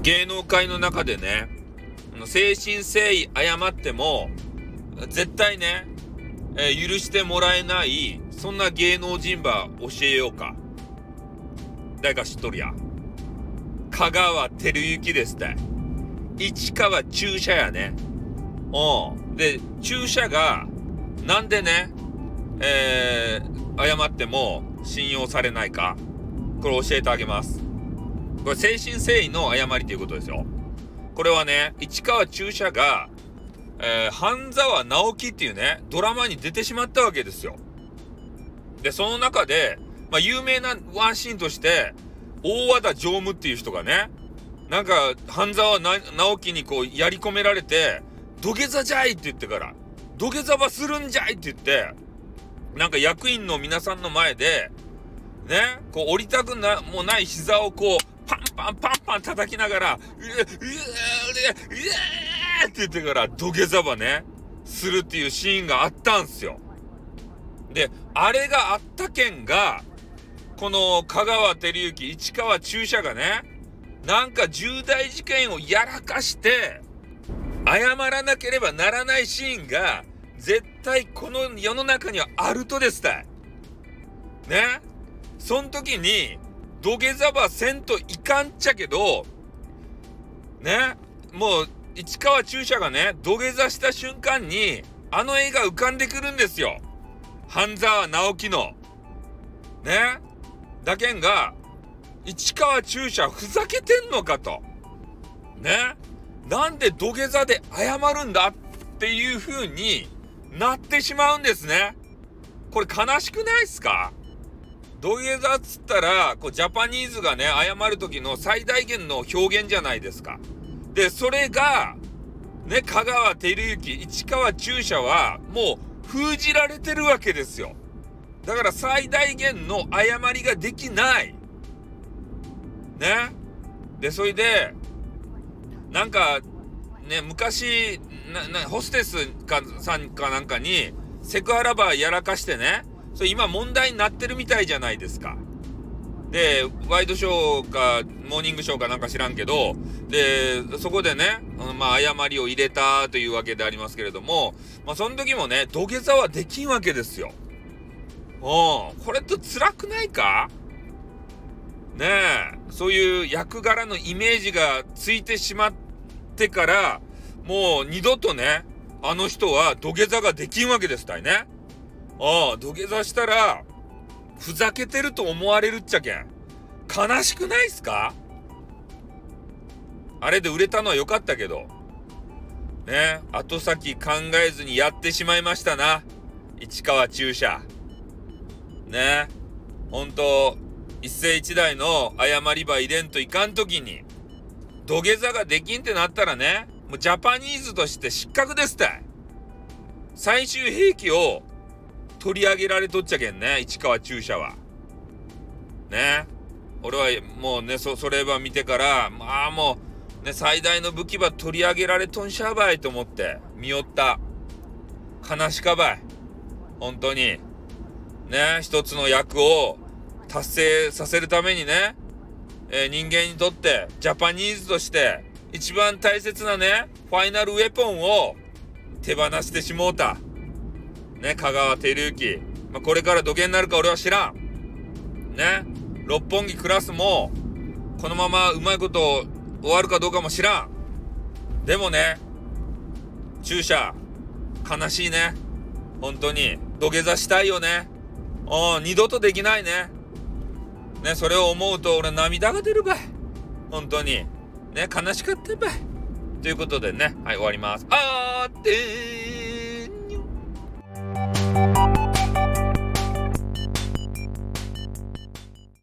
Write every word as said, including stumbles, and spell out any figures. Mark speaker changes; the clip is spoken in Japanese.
Speaker 1: 芸能界の中でね、誠心誠意謝っても絶対ね、えー、許してもらえない、そんな芸能人ば教えようか。誰か知っとるや。香川照之ですって。市川中車やね。うん。で、中車がなんでね、えー、謝っても信用されないか、これ教えてあげます。これ誠心誠意の謝りということですよ。これはね、市川中車が、えー、半沢直樹っていうねドラマに出てしまったわけですよ。でその中で、まあ、有名なワンシーンとして大和田常務っていう人がね、なんか半沢直樹にこうやり込められて、土下座じゃいって言ってから、土下座ばするんじゃいって言って、なんか役員の皆さんの前でね、こう降りたくなもうない膝をこうパンパンパンパン叩きながら、うえうえうえうえって言ってから土下座ばねするっていうシーンがあったんすよ。であれがあった件が、この香川照之市川中車がね、なんか重大事件をやらかして謝らなければならないシーンが絶対この世の中にはあるとですたいね。そん時に土下座ばせんといかんっちゃけどね、もう市川中車がね土下座した瞬間にあの絵が浮かんでくるんですよ。半沢直樹のね。だけんが市川中車ふざけてんのかとね、なんで土下座で謝るんだっていう風になってしまうんですね。これ悲しくないっすか？土下座っつったらこうジャパニーズがね謝る時の最大限の表現じゃないですか。でそれがね、香川照之市川中車はもう封じられてるわけですよ。だから最大限の謝りができないね。でそれでなんかね、昔ななホステスかさんかなんかにセクハラばやらかしてね、それ今問題になってるみたいじゃないですか。でワイドショーかモーニングショーかなんか知らんけど、でそこでね、まあ誤りを入れたというわけでありますけれども、まあその時もね土下座はできんわけですよ。うん、これって辛くないかねえ。そういう役柄のイメージがついてしまってからもう二度とねあの人は土下座ができんわけですたいね。ああ、土下座したらふざけてると思われるっちゃけん悲しくないっすか？あれで売れたのは良かったけどね、後先考えずにやってしまいましたな、市川中車ね。ほんと一世一代の謝りば入れんといかんときに土下座ができんってなったらね、もうジャパニーズとして失格ですたい。最終兵器を取り上げられとっちゃけんね、市川中車はね。俺はもうね そ, それば見てからまあもうね最大の武器ば取り上げられとんしゃばいと思って見よった。悲しかばい本当にね。一つの役を達成させるためにね、えー、人間にとってジャパニーズとして一番大切なねファイナルウェポンを手放してしもうたね、香川照之、まあ、これから土下になるか俺は知らんね。六本木クラスもこのままうまいこと終わるかどうかも知らん。でもね中車悲しいね本当に。土下座したいよね。うん、二度とできないね。ね、それを思うと俺涙が出るばい本当にね。悲しかったばいということでね、はい終わります。あーってー